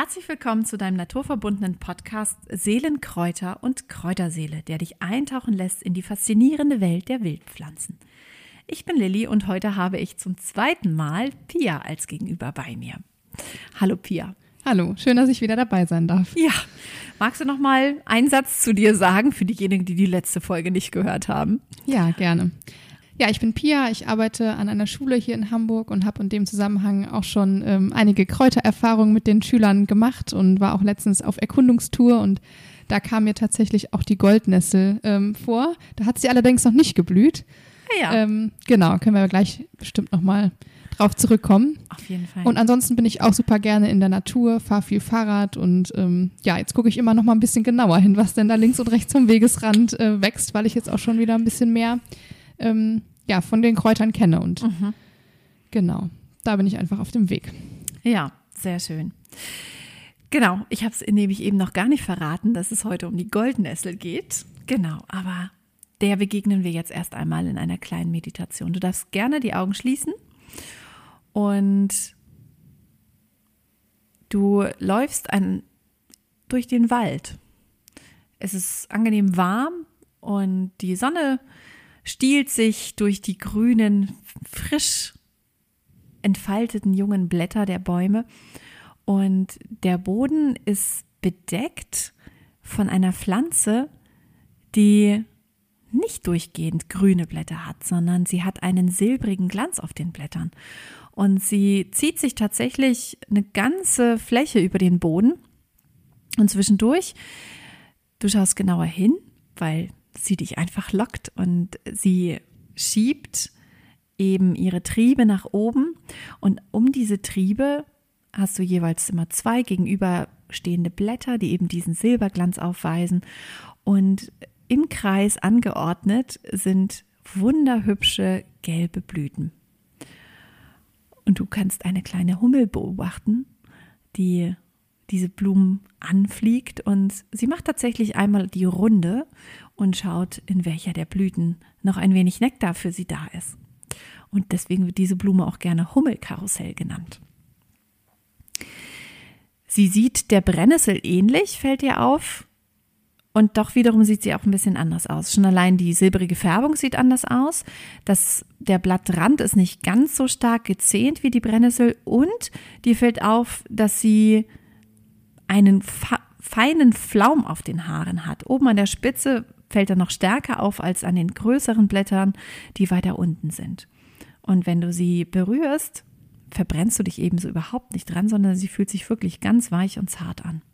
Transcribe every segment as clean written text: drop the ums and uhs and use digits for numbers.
Herzlich willkommen zu deinem naturverbundenen Podcast Seelen, Kräuter und Kräuterseele, der dich eintauchen lässt in die faszinierende Welt der Wildpflanzen. Ich bin Lilly und heute habe ich zum zweiten Mal Pia als Gegenüber bei mir. Hallo Pia. Hallo, schön, dass ich wieder dabei sein darf. Ja, magst du noch mal einen Satz zu dir sagen für diejenigen, die die letzte Folge nicht gehört haben? Ja, gerne. Ja, ich bin Pia, ich arbeite an einer Schule hier in Hamburg und habe in dem Zusammenhang auch schon einige Kräutererfahrungen mit den Schülern gemacht und war auch letztens auf Erkundungstour und da kam mir tatsächlich auch die Goldnessel vor. Da hat sie allerdings noch nicht geblüht. Ja. Genau, können wir gleich bestimmt nochmal drauf zurückkommen. Auf jeden Fall. Und ansonsten bin ich auch super gerne in der Natur, fahre viel Fahrrad und jetzt gucke ich immer noch mal ein bisschen genauer hin, was denn da links und rechts vom Wegesrand wächst, weil ich jetzt auch schon wieder ein bisschen mehr von den Kräutern kenne und genau, da bin ich einfach auf dem Weg. Ja, sehr schön. Genau, ich habe es nämlich eben noch gar nicht verraten, dass es heute um die Goldnessel geht. Genau, aber der begegnen wir jetzt erst einmal in einer kleinen Meditation. Du darfst gerne die Augen schließen und du läufst durch den Wald. Es ist angenehm warm und die Sonne stiehlt sich durch die grünen, frisch entfalteten jungen Blätter der Bäume und der Boden ist bedeckt von einer Pflanze, die nicht durchgehend grüne Blätter hat, sondern sie hat einen silbrigen Glanz auf den Blättern und sie zieht sich tatsächlich eine ganze Fläche über den Boden und zwischendurch, du schaust genauer hin, weil sie dich einfach lockt und sie schiebt eben ihre Triebe nach oben und um diese Triebe hast du jeweils immer zwei gegenüberstehende Blätter, die eben diesen Silberglanz aufweisen und im Kreis angeordnet sind wunderhübsche gelbe Blüten. Und du kannst eine kleine Hummel beobachten, die diese Blumen anfliegt und sie macht tatsächlich einmal die Runde und schaut, in welcher der Blüten noch ein wenig Nektar für sie da ist. Und deswegen wird diese Blume auch gerne Hummelkarussell genannt. Sie sieht der Brennnessel ähnlich, fällt ihr auf, und doch wiederum sieht sie auch ein bisschen anders aus. Schon allein die silbrige Färbung sieht anders aus. Der Blattrand ist nicht ganz so stark gezähnt wie die Brennnessel und dir fällt auf, dass sie einen feinen Flaum auf den Haaren hat. Oben an der Spitze fällt er noch stärker auf als an den größeren Blättern, die weiter unten sind. Und wenn du sie berührst, verbrennst du dich ebenso überhaupt nicht dran, sondern sie fühlt sich wirklich ganz weich und zart an.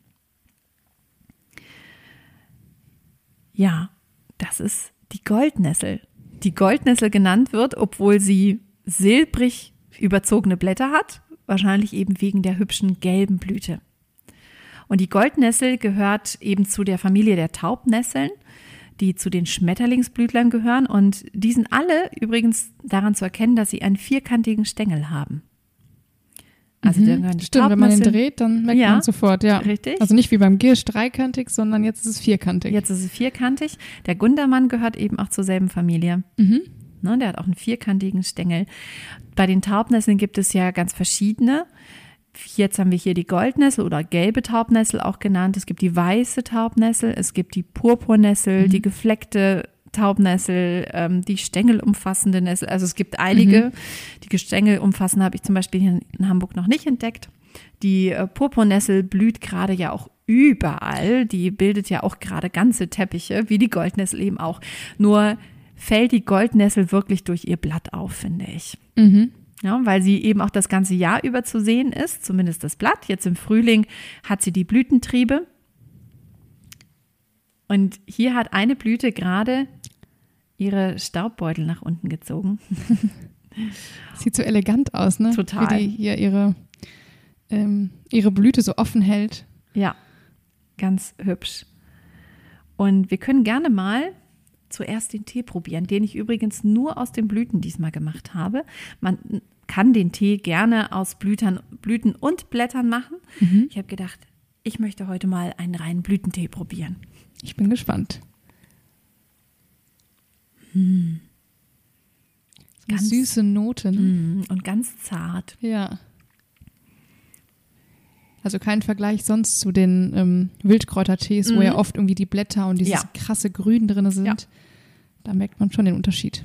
Ja, das ist die Goldnessel. Die Goldnessel genannt wird, obwohl sie silbrig überzogene Blätter hat, wahrscheinlich eben wegen der hübschen gelben Blüte. Und die Goldnessel gehört eben zu der Familie der Taubnesseln, die zu den Schmetterlingsblütlern gehören. Und die sind alle übrigens daran zu erkennen, dass sie einen vierkantigen Stängel haben. Also stimmt, wenn man den dreht, dann merkt man sofort, ja. Richtig. Also nicht wie beim Giersch dreikantig, sondern jetzt ist es vierkantig. Jetzt ist es vierkantig. Der Gundermann gehört eben auch zur selben Familie. Ne, der hat auch einen vierkantigen Stängel. Bei den Taubnesseln gibt es ja ganz verschiedene. Jetzt haben wir hier die Goldnessel oder gelbe Taubnessel auch genannt. Es gibt die weiße Taubnessel, es gibt die Purpurnessel, die gefleckte Taubnessel, die stängelumfassende Nessel. Also es gibt einige, die stängelumfassende habe ich zum Beispiel hier in Hamburg noch nicht entdeckt. Die Purpurnessel blüht gerade ja auch überall. Die bildet ja auch gerade ganze Teppiche, wie die Goldnessel eben auch. Nur fällt die Goldnessel wirklich durch ihr Blatt auf, finde ich. Ja, weil sie eben auch das ganze Jahr über zu sehen ist, zumindest das Blatt. Jetzt im Frühling hat sie die Blütentriebe. Und hier hat eine Blüte gerade ihre Staubbeutel nach unten gezogen. Sieht so elegant aus, ne? Total. Wie die hier ihre Blüte so offen hält. Ja, ganz hübsch. Und wir können gerne mal zuerst den Tee probieren, den ich übrigens nur aus den Blüten diesmal gemacht habe. Man kann den Tee gerne aus Blüten und Blättern machen. Ich habe gedacht, ich möchte heute mal einen reinen Blütentee probieren. Ich bin gespannt. Ganz süße Noten. Und ganz zart. Ja. Also kein Vergleich sonst zu den Wildkräutertees, wo ja oft irgendwie die Blätter und dieses krasse Grün drin sind. Ja. Da merkt man schon den Unterschied.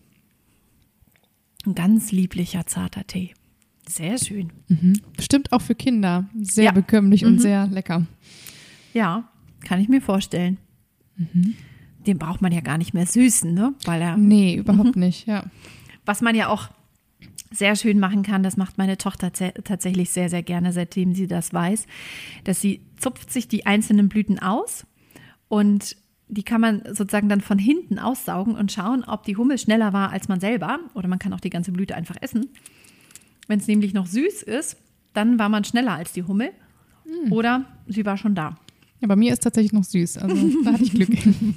Ein ganz lieblicher, zarter Tee. Sehr schön. Bestimmt auch für Kinder sehr bekömmlich und sehr lecker. Ja, kann ich mir vorstellen. Den braucht man ja gar nicht mehr süßen, ne? Nee, überhaupt nicht, ja. Was man ja auch sehr schön machen kann, das macht meine Tochter tatsächlich sehr, sehr gerne, seitdem sie das weiß, dass sie zupft sich die einzelnen Blüten aus und die kann man sozusagen dann von hinten aussaugen und schauen, ob die Hummel schneller war als man selber, oder man kann auch die ganze Blüte einfach essen. Wenn es nämlich noch süß ist, dann war man schneller als die Hummel oder sie war schon da. Ja, bei mir ist tatsächlich noch süß, also da hatte ich Glück.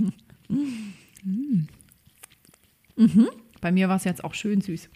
Bei mir war es jetzt auch schön süß.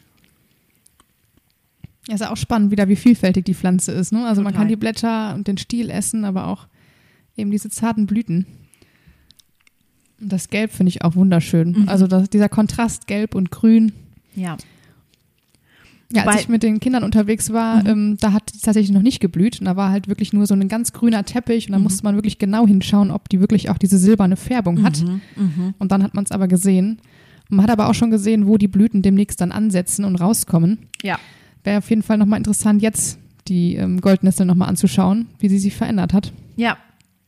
Ja, ist ja auch spannend wieder, wie vielfältig die Pflanze ist. Ne? Also Total. Man kann die Blätter und den Stiel essen, aber auch eben diese zarten Blüten. Und das Gelb finde ich auch wunderschön. Also dieser Kontrast Gelb und Grün. Ja. Ja, als ich mit den Kindern unterwegs war, da hat es tatsächlich noch nicht geblüht. Und da war halt wirklich nur so ein ganz grüner Teppich. Und da musste man wirklich genau hinschauen, ob die wirklich auch diese silberne Färbung hat. Und dann hat man es aber gesehen. Und man hat aber auch schon gesehen, wo die Blüten demnächst dann ansetzen und rauskommen. Ja. Wäre auf jeden Fall nochmal interessant, jetzt die Goldnessel nochmal anzuschauen, wie sie sich verändert hat. Ja.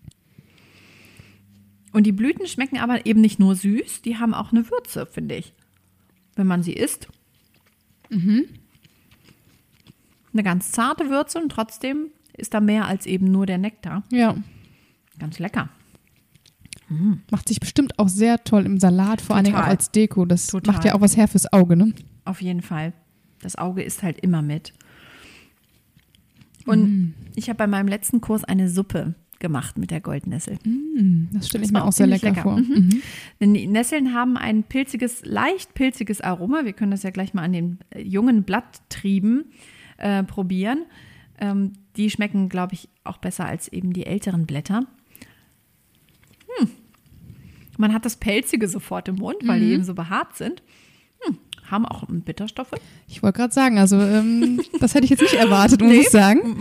Und die Blüten schmecken aber eben nicht nur süß, die haben auch eine Würze, finde ich. Wenn man sie isst. Eine ganz zarte Würze und trotzdem ist da mehr als eben nur der Nektar. Ja. Ganz lecker. Macht sich bestimmt auch sehr toll im Salat, vor allen Dingen auch als Deko. Das macht ja auch was her fürs Auge, ne? Auf jeden Fall. Das Auge isst halt immer mit. Und ich habe bei meinem letzten Kurs eine Suppe gemacht mit der Goldnessel. Das stelle ich mir auch sehr lecker vor. Denn die Nesseln haben ein leicht pilziges Aroma. Wir können das ja gleich mal an den jungen Blatttrieben probieren. Die schmecken, glaube ich, auch besser als eben die älteren Blätter. Man hat das Pelzige sofort im Mund, weil die eben so behaart sind. Haben auch Bitterstoffe. Ich wollte gerade sagen, also das hätte ich jetzt nicht erwartet, muss ich sagen.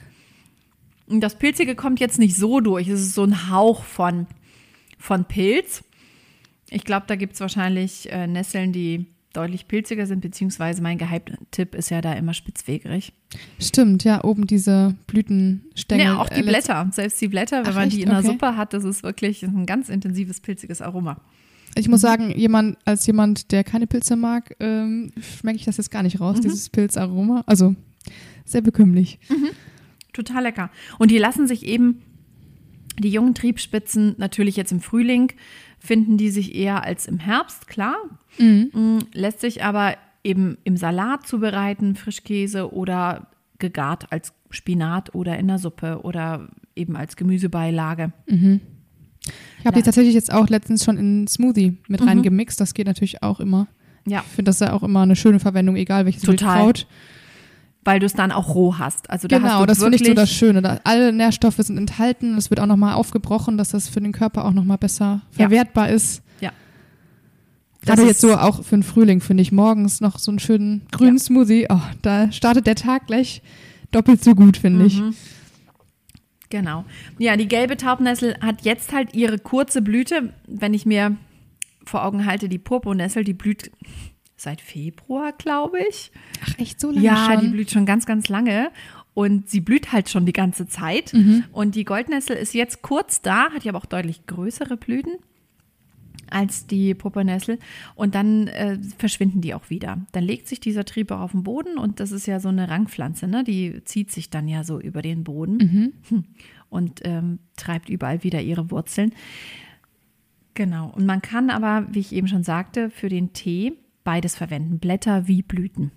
Das Pilzige kommt jetzt nicht so durch. Es ist so ein Hauch von Pilz. Ich glaube, da gibt es wahrscheinlich Nesseln, die deutlich pilziger sind, beziehungsweise mein Geheimtipp ist ja da immer spitzwegerig. Stimmt, ja, oben diese Blütenstängel. Ja, auch die Blätter, selbst die Blätter, wenn man die in der Suppe hat, das ist wirklich ein ganz intensives, pilziges Aroma. Ich muss sagen, als jemand, der keine Pilze mag, schmecke ich das jetzt gar nicht raus, dieses Pilzaroma. Also sehr bekömmlich. Total lecker. Und die lassen sich eben, die jungen Triebspitzen, natürlich jetzt im Frühling, finden die sich eher als im Herbst, klar. Lässt sich aber eben im Salat zubereiten, Frischkäse oder gegart als Spinat oder in der Suppe oder eben als Gemüsebeilage. Ich habe die tatsächlich jetzt auch letztens schon in Smoothie mit reingemixt. Das geht natürlich auch immer. Ja. Ich finde das ja auch immer eine schöne Verwendung, egal welches Wildkraut. Weil du es dann auch roh hast. Also da genau, hast du das finde ich so das Schöne. Alle Nährstoffe sind enthalten. Es wird auch nochmal aufgebrochen, dass das für den Körper auch nochmal besser verwertbar ist. Ja. Gerade jetzt so auch für den Frühling, finde ich, morgens noch so einen schönen grünen Smoothie. Oh, da startet der Tag gleich doppelt so gut, finde ich. Genau. Ja, die gelbe Taubnessel hat jetzt halt ihre kurze Blüte. Wenn ich mir vor Augen halte, die Purpurnessel, die blüht seit Februar, glaube ich. Ach, echt so lange schon? Ja, die blüht schon ganz, ganz lange. Und sie blüht halt schon die ganze Zeit. Und die Goldnessel ist jetzt kurz da, hat ja aber auch deutlich größere Blüten als die Purpurnessel. Und dann verschwinden die auch wieder. Dann legt sich dieser Trieb auch auf den Boden und das ist ja so eine Rangpflanze, ne? Die zieht sich dann ja so über den Boden und treibt überall wieder ihre Wurzeln. Genau. Und man kann aber, wie ich eben schon sagte, für den Tee beides verwenden, Blätter wie Blüten.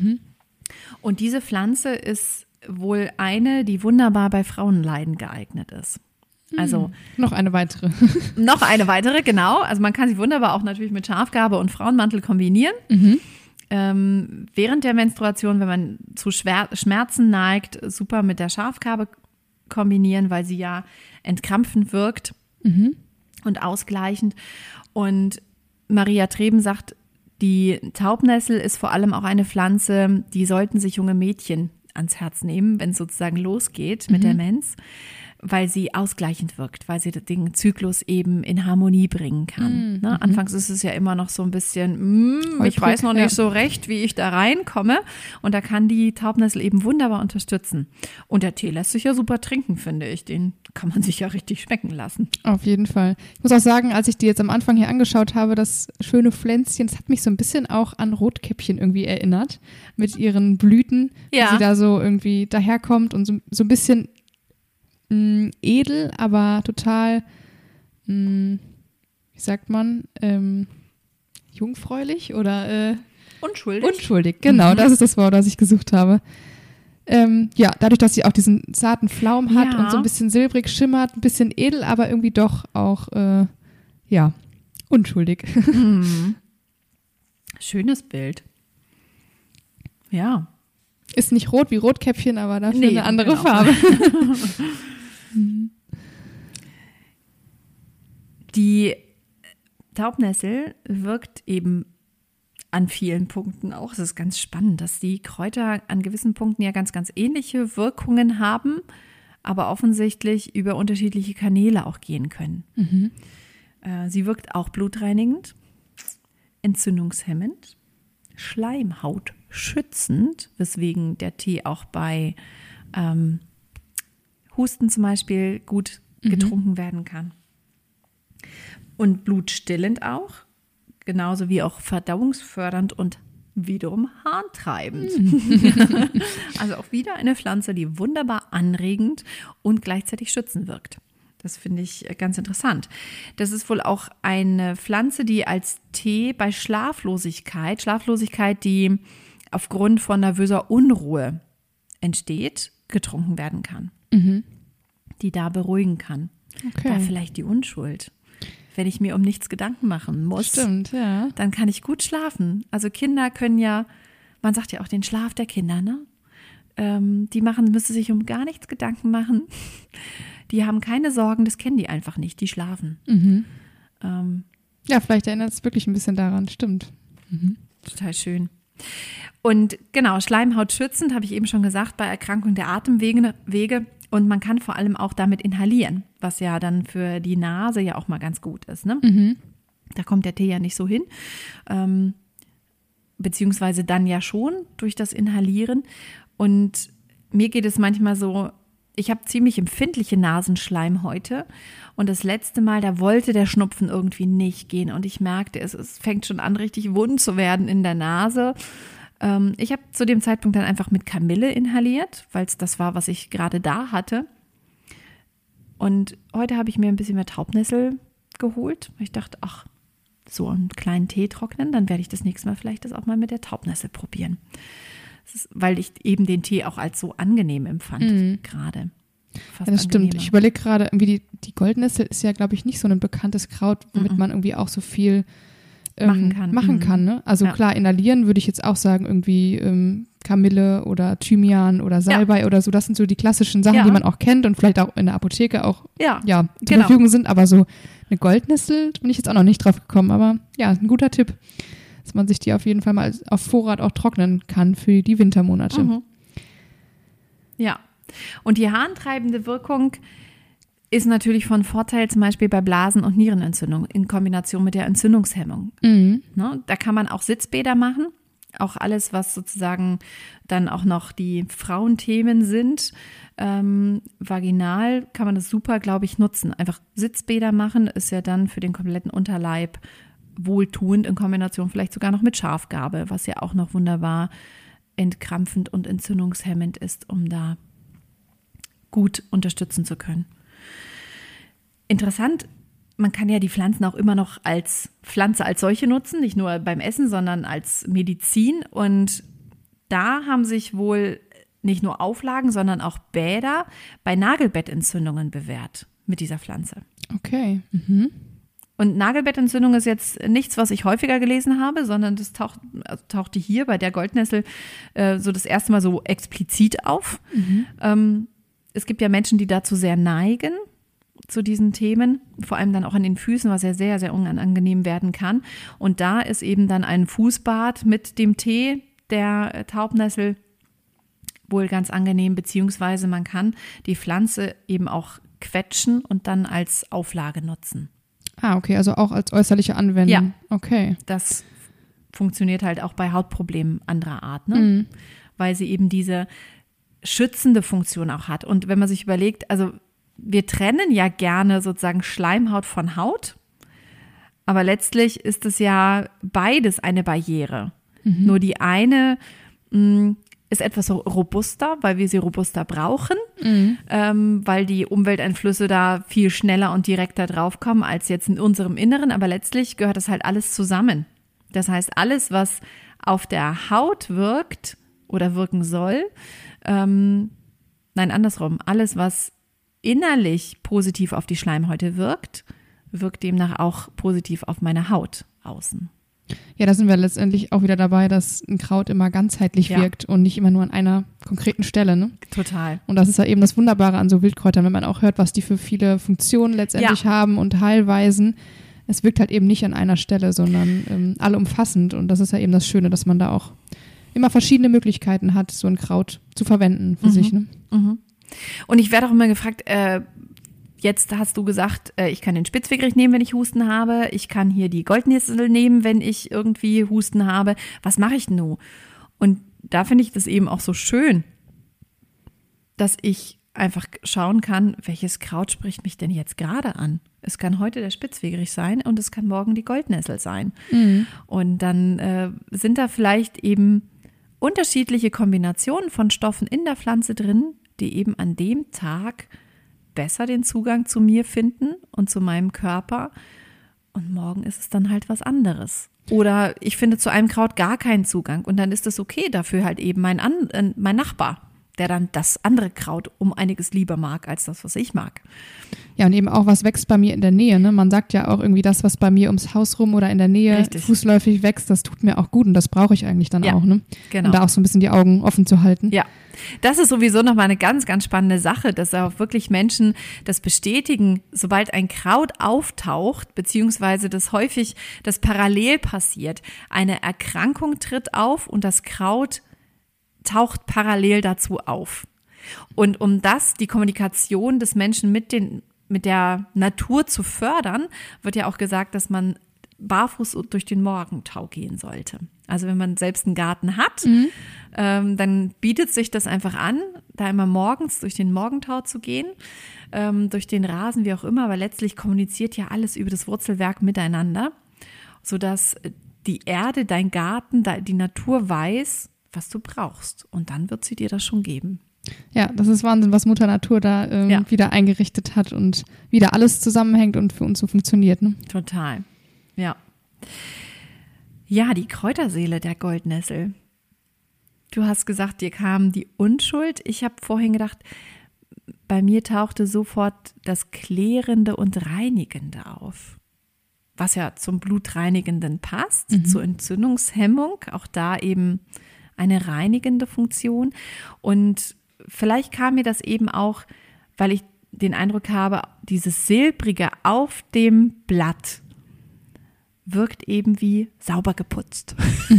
Und diese Pflanze ist wohl eine, die wunderbar bei Frauenleiden geeignet ist. Also noch eine weitere. Noch eine weitere, genau. Also man kann sie wunderbar auch natürlich mit Schafgarbe und Frauenmantel kombinieren. Während der Menstruation, wenn man zu Schmerzen neigt, super mit der Schafgarbe kombinieren, weil sie ja entkrampfend wirkt und ausgleichend. Und Maria Treben sagt, die Taubnessel ist vor allem auch eine Pflanze, die sollten sich junge Mädchen ans Herz nehmen, wenn es sozusagen losgeht mit der Mens, weil sie ausgleichend wirkt, weil sie den Zyklus eben in Harmonie bringen kann. Ne? Anfangs ist es ja immer noch so ein bisschen, ich weiß noch nicht so recht, wie ich da reinkomme. Und da kann die Taubnessel eben wunderbar unterstützen. Und der Tee lässt sich ja super trinken, finde ich. Den kann man sich ja richtig schmecken lassen. Auf jeden Fall. Ich muss auch sagen, als ich die jetzt am Anfang hier angeschaut habe, das schöne Pflänzchen, das hat mich so ein bisschen auch an Rotkäppchen irgendwie erinnert. Mit ihren Blüten, wie sie da so irgendwie daherkommt und so ein bisschen edel, aber total, wie sagt man, jungfräulich oder unschuldig. Unschuldig, genau, das ist das Wort, das ich gesucht habe. Dadurch, dass sie auch diesen zarten Flaum hat und so ein bisschen silbrig schimmert, ein bisschen edel, aber irgendwie doch auch, unschuldig. Schönes Bild. Ja. Ist nicht rot wie Rotkäppchen, aber dafür eine andere Farbe. Die Taubnessel wirkt eben an vielen Punkten auch. Es ist ganz spannend, dass die Kräuter an gewissen Punkten ja ganz, ganz ähnliche Wirkungen haben, aber offensichtlich über unterschiedliche Kanäle auch gehen können. Sie wirkt auch blutreinigend, entzündungshemmend, schleimhautschützend, weswegen der Tee auch bei Husten zum Beispiel gut getrunken werden kann. Und blutstillend auch, genauso wie auch verdauungsfördernd und wiederum harntreibend. Also auch wieder eine Pflanze, die wunderbar anregend und gleichzeitig schützend wirkt. Das finde ich ganz interessant. Das ist wohl auch eine Pflanze, die als Tee bei Schlaflosigkeit, die aufgrund von nervöser Unruhe entsteht, getrunken werden kann. Die da beruhigen kann. Okay. Da vielleicht die Unschuld. Wenn ich mir um nichts Gedanken machen muss, stimmt, ja, dann kann ich gut schlafen. Also Kinder können ja, man sagt ja auch den Schlaf der Kinder, ne? Müssen sich um gar nichts Gedanken machen. Die haben keine Sorgen, das kennen die einfach nicht, die schlafen. Vielleicht erinnert es wirklich ein bisschen daran, stimmt. Total schön. Und genau, Schleimhaut schützend, habe ich eben schon gesagt, bei Erkrankung der Atemwege. Und man kann vor allem auch damit inhalieren, was ja dann für die Nase ja auch mal ganz gut ist. Ne? Da kommt der Tee ja nicht so hin, beziehungsweise dann ja schon durch das Inhalieren. Und mir geht es manchmal so, ich habe ziemlich empfindliche Nasenschleimhäute und das letzte Mal, da wollte der Schnupfen irgendwie nicht gehen und ich merkte, es fängt schon an, richtig wund zu werden in der Nase. Ich habe zu dem Zeitpunkt dann einfach mit Kamille inhaliert, weil es das war, was ich gerade da hatte. Und heute habe ich mir ein bisschen mehr Taubnessel geholt. Ich dachte, ach, so einen kleinen Tee trocknen, dann werde ich das nächste Mal vielleicht das auch mal mit der Taubnessel probieren. Weil ich eben den Tee auch als so angenehm empfand gerade. Ja, das stimmt. Ich überlege gerade, irgendwie die Goldnessel ist ja, glaube ich, nicht so ein bekanntes Kraut, womit man irgendwie auch so viel machen kann. Ne? Also klar, inhalieren würde ich jetzt auch sagen, irgendwie Kamille oder Thymian oder Salbei oder so. Das sind so die klassischen Sachen, die man auch kennt und vielleicht auch in der Apotheke auch zur Verfügung sind. Aber so eine Goldnessel bin ich jetzt auch noch nicht drauf gekommen. Aber ja, ein guter Tipp, dass man sich die auf jeden Fall mal auf Vorrat auch trocknen kann für die Wintermonate. Ja, und die harntreibende Wirkung ist natürlich von Vorteil zum Beispiel bei Blasen- und Nierenentzündung in Kombination mit der Entzündungshemmung. Ne, da kann man auch Sitzbäder machen, auch alles, was sozusagen dann auch noch die Frauenthemen sind. Vaginal kann man das super, glaube ich, nutzen. Einfach Sitzbäder machen ist ja dann für den kompletten Unterleib wohltuend in Kombination vielleicht sogar noch mit Schafgarbe, was ja auch noch wunderbar entkrampfend und entzündungshemmend ist, um da gut unterstützen zu können. Interessant, man kann ja die Pflanzen auch immer noch als Pflanze als solche nutzen, nicht nur beim Essen, sondern als Medizin. Und da haben sich wohl nicht nur Auflagen, sondern auch Bäder bei Nagelbettentzündungen bewährt mit dieser Pflanze. Okay. Und Nagelbettentzündung ist jetzt nichts, was ich häufiger gelesen habe, sondern das tauchte hier bei der Goldnessel so das erste Mal so explizit auf. Es gibt ja Menschen, die dazu sehr neigen, zu diesen Themen, vor allem dann auch an den Füßen, was ja sehr, sehr unangenehm werden kann. Und da ist eben dann ein Fußbad mit dem Tee der Taubnessel wohl ganz angenehm, beziehungsweise man kann die Pflanze eben auch quetschen und dann als Auflage nutzen. Ah, okay, also auch als äußerliche Anwendung. Ja. Okay. Das funktioniert halt auch bei Hautproblemen anderer Art, ne? Weil sie eben diese schützende Funktion auch hat. Und wenn man sich überlegt, also wir trennen ja gerne sozusagen Schleimhaut von Haut, aber letztlich ist es ja beides eine Barriere. Nur die eine ist etwas robuster, weil wir sie robuster brauchen, weil die Umwelteinflüsse da viel schneller und direkter draufkommen als jetzt in unserem Inneren. Aber letztlich gehört das halt alles zusammen. Das heißt, alles, was auf der Haut wirkt oder wirken soll, andersrum, alles, was innerlich positiv auf die Schleimhäute wirkt, wirkt demnach auch positiv auf meine Haut außen. Ja, da sind wir letztendlich auch wieder dabei, dass ein Kraut immer ganzheitlich wirkt und nicht immer nur an einer konkreten Stelle. Ne? Total. Und das ist ja eben das Wunderbare an so Wildkräutern, wenn man auch hört, was die für viele Funktionen letztendlich haben und Heilweisen. Es wirkt halt eben nicht an einer Stelle, sondern allumfassend. Und das ist ja eben das Schöne, dass man da auch immer verschiedene Möglichkeiten hat, so ein Kraut zu verwenden für sich. Ne? Und ich werde auch immer gefragt, jetzt hast du gesagt, ich kann den Spitzwegerich nehmen, wenn ich Husten habe. Ich kann hier die Goldnessel nehmen, wenn ich irgendwie Husten habe. Was mache ich denn nun? Und da finde ich das eben auch so schön, dass ich einfach schauen kann, welches Kraut spricht mich denn jetzt gerade an. Es kann heute der Spitzwegerich sein und es kann morgen die Goldnessel sein. Und dann sind da vielleicht eben unterschiedliche Kombinationen von Stoffen in der Pflanze drin, die eben an dem Tag besser den Zugang zu mir finden und zu meinem Körper. Und morgen ist es dann halt was anderes. Oder ich finde zu einem Kraut gar keinen Zugang und dann ist es okay, dafür halt eben mein Nachbar, der dann das andere Kraut um einiges lieber mag als das, was ich mag. Ja, und eben auch, was wächst bei mir in der Nähe. Ne? Man sagt ja auch irgendwie, das, was bei mir ums Haus rum oder in der Nähe fußläufig wächst, das tut mir auch gut und das brauche ich eigentlich dann auch. Ne? Genau. Und da auch so ein bisschen die Augen offen zu halten. Ja, das ist sowieso nochmal eine ganz, ganz spannende Sache, dass auch wirklich Menschen das bestätigen, sobald ein Kraut auftaucht, beziehungsweise das häufig das parallel passiert. Eine Erkrankung tritt auf und das Kraut taucht parallel dazu auf. Und um die Kommunikation des Menschen mit der Natur zu fördern, wird ja auch gesagt, dass man barfuß durch den Morgentau gehen sollte. Also wenn man selbst einen Garten hat, dann bietet sich das einfach an, da immer morgens durch den Morgentau zu gehen, durch den Rasen, wie auch immer, aber letztlich kommuniziert ja alles über das Wurzelwerk miteinander, sodass die Erde, dein Garten, die Natur weiß, was du brauchst. Und dann wird sie dir das schon geben. Ja, das ist Wahnsinn, was Mutter Natur da wieder eingerichtet hat und wieder alles zusammenhängt und für uns so funktioniert. Ne? Total, ja. Ja, die Kräuterseele der Goldnessel. Du hast gesagt, dir kam die Unschuld. Ich habe vorhin gedacht, bei mir tauchte sofort das Klärende und Reinigende auf. Was ja zum Blutreinigenden passt, zur Entzündungshemmung. Auch da eben eine reinigende Funktion. Und vielleicht kam mir das eben auch, weil ich den Eindruck habe, dieses Silbrige auf dem Blatt wirkt eben wie sauber geputzt.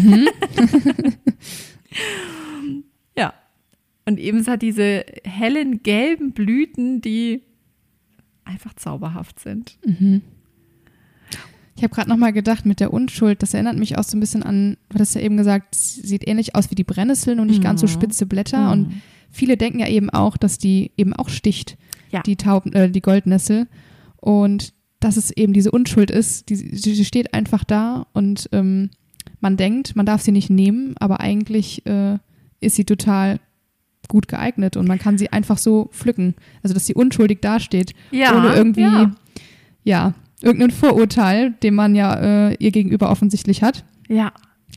Ja. Und eben es hat diese hellen gelben Blüten, die einfach zauberhaft sind. Ich habe gerade nochmal gedacht, mit der Unschuld, das erinnert mich auch so ein bisschen an, du hast ja eben gesagt, sieht ähnlich aus wie die Brennnesseln und nicht ganz so spitze Blätter. Und viele denken ja eben auch, dass die eben auch sticht, die Goldnessel. Und dass es eben diese Unschuld ist, sie steht einfach da und man denkt, man darf sie nicht nehmen, aber eigentlich ist sie total gut geeignet und man kann sie einfach so pflücken. Also, dass sie unschuldig dasteht, ohne irgendwie, irgendein Vorurteil, den man ja ihr gegenüber offensichtlich hat. Ja.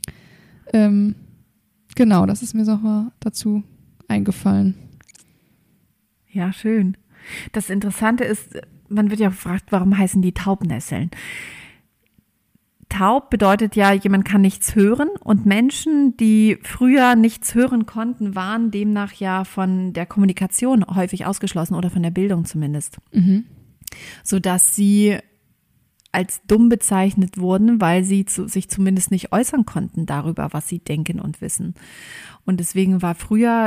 Genau, das ist mir so mal dazu eingefallen. Ja, schön. Das Interessante ist, man wird ja gefragt, warum heißen die Taubnesseln? Taub bedeutet ja, jemand kann nichts hören und Menschen, die früher nichts hören konnten, waren demnach ja von der Kommunikation häufig ausgeschlossen oder von der Bildung zumindest. Sodass sie als dumm bezeichnet wurden, weil sie sich zumindest nicht äußern konnten darüber, was sie denken und wissen. Und deswegen war früher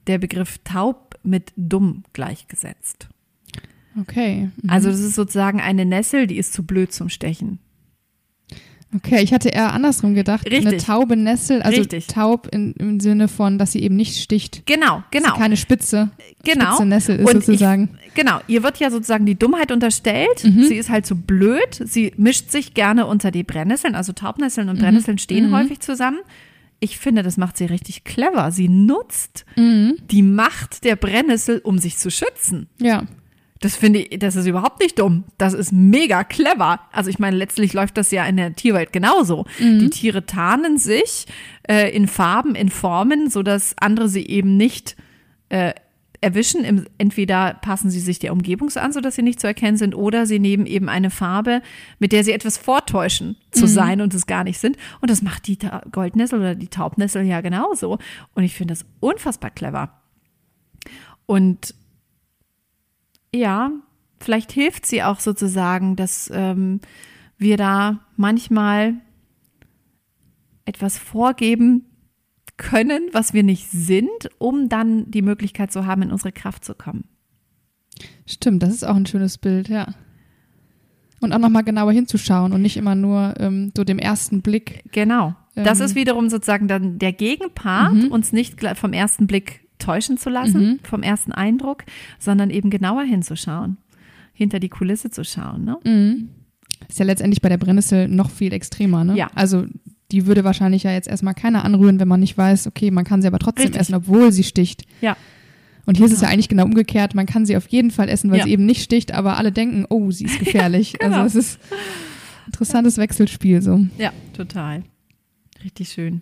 der Begriff taub mit dumm gleichgesetzt. Okay. Also das ist sozusagen eine Nessel, die ist zu blöd zum Stechen. Okay, ich hatte eher andersrum gedacht. Richtig. Eine taube Nessel, also Richtig. taub im Sinne von, dass sie eben nicht sticht. Genau. Dass sie keine spitze Nessel ist Und sozusagen. Ihr wird ja sozusagen die Dummheit unterstellt. Sie ist halt so blöd. Sie mischt sich gerne unter die Brennnesseln. Also Taubnesseln und Brennnesseln stehen häufig zusammen. Ich finde, das macht sie richtig clever. Sie nutzt die Macht der Brennnessel, um sich zu schützen. Ja. Das finde ich, das ist überhaupt nicht dumm. Das ist mega clever. Also ich meine, letztlich läuft das ja in der Tierwelt genauso. Die Tiere tarnen sich in Farben, in Formen, sodass andere sie eben nicht erwischen. Entweder passen sie sich der Umgebung so an, sodass sie nicht zu erkennen sind, oder sie nehmen eben eine Farbe, mit der sie etwas vortäuschen zu sein und es gar nicht sind. Und das macht die Goldnessel oder die Taubnessel ja genauso. Und ich finde das unfassbar clever. Und ja, vielleicht hilft sie auch sozusagen, dass wir da manchmal etwas vorgeben können, was wir nicht sind, um dann die Möglichkeit zu haben, in unsere Kraft zu kommen. Stimmt, das ist auch ein schönes Bild, ja. Und auch nochmal genauer hinzuschauen und nicht immer nur so dem ersten Blick. Genau. Das ist wiederum sozusagen dann der Gegenpart, uns nicht vom ersten Blick täuschen zu lassen, vom ersten Eindruck, sondern eben genauer hinzuschauen, hinter die Kulisse zu schauen. Ne? Ist ja letztendlich bei der Brennnessel noch viel extremer, ne? Ja. Also die würde wahrscheinlich ja jetzt erstmal keiner anrühren, wenn man nicht weiß, okay, man kann sie aber trotzdem Richtig. essen, obwohl sie sticht. Ja. Und hier ist es ja eigentlich genau umgekehrt, man kann sie auf jeden Fall essen, weil Ja. sie eben nicht sticht, aber alle denken, oh, sie ist gefährlich. Ja, genau. Also es ist ein interessantes Wechselspiel so. Ja, total. Richtig schön.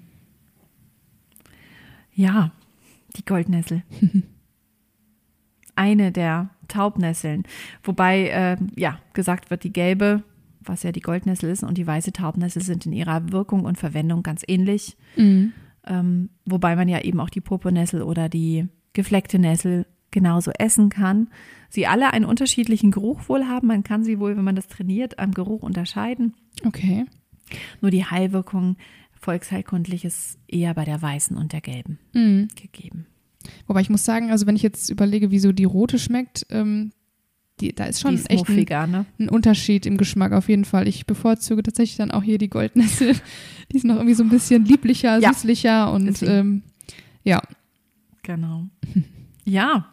Ja, die Goldnessel. Eine der Taubnesseln. Wobei, gesagt wird, die gelbe, was ja die Goldnessel ist, und die weiße Taubnessel sind in ihrer Wirkung und Verwendung ganz ähnlich. Wobei man ja eben auch die Purpurnessel oder die gefleckte Nessel genauso essen kann. Sie alle einen unterschiedlichen Geruch wohl haben. Man kann sie wohl, wenn man das trainiert, am Geruch unterscheiden. Okay. Nur die Heilwirkung volksheilkundlich ist eher bei der weißen und der gelben gegeben. Wobei ich muss sagen, also wenn ich jetzt überlege, wie so die rote schmeckt, da ist schon Die ist echt muffiger, ne? ein Unterschied im Geschmack auf jeden Fall. Ich bevorzuge tatsächlich dann auch hier die Goldnessel. Die ist noch irgendwie so ein bisschen lieblicher, Ja. süßlicher und Ist sie. ja. Genau. Ja.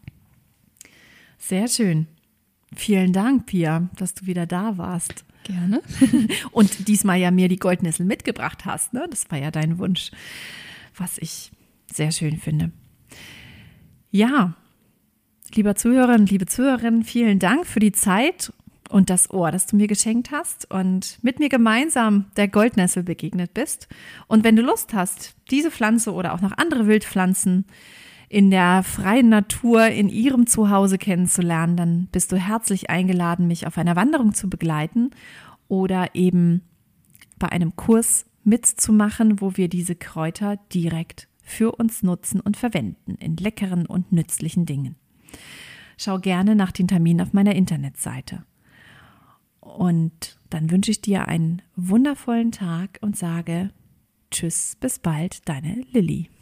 Sehr schön. Vielen Dank, Pia, dass du wieder da warst. Gerne. Und diesmal ja mir die Goldnessel mitgebracht hast, ne? Das war ja dein Wunsch, was ich sehr schön finde. Ja, lieber Zuhörer und liebe Zuhörerinnen, vielen Dank für die Zeit und das Ohr, das du mir geschenkt hast und mit mir gemeinsam der Goldnessel begegnet bist. Und wenn du Lust hast, diese Pflanze oder auch noch andere Wildpflanzen in der freien Natur in ihrem Zuhause kennenzulernen, dann bist du herzlich eingeladen, mich auf einer Wanderung zu begleiten oder eben bei einem Kurs mitzumachen, wo wir diese Kräuter direkt für uns nutzen und verwenden in leckeren und nützlichen Dingen. Schau gerne nach den Terminen auf meiner Internetseite. Und dann wünsche ich dir einen wundervollen Tag und sage Tschüss, bis bald, deine Lilly.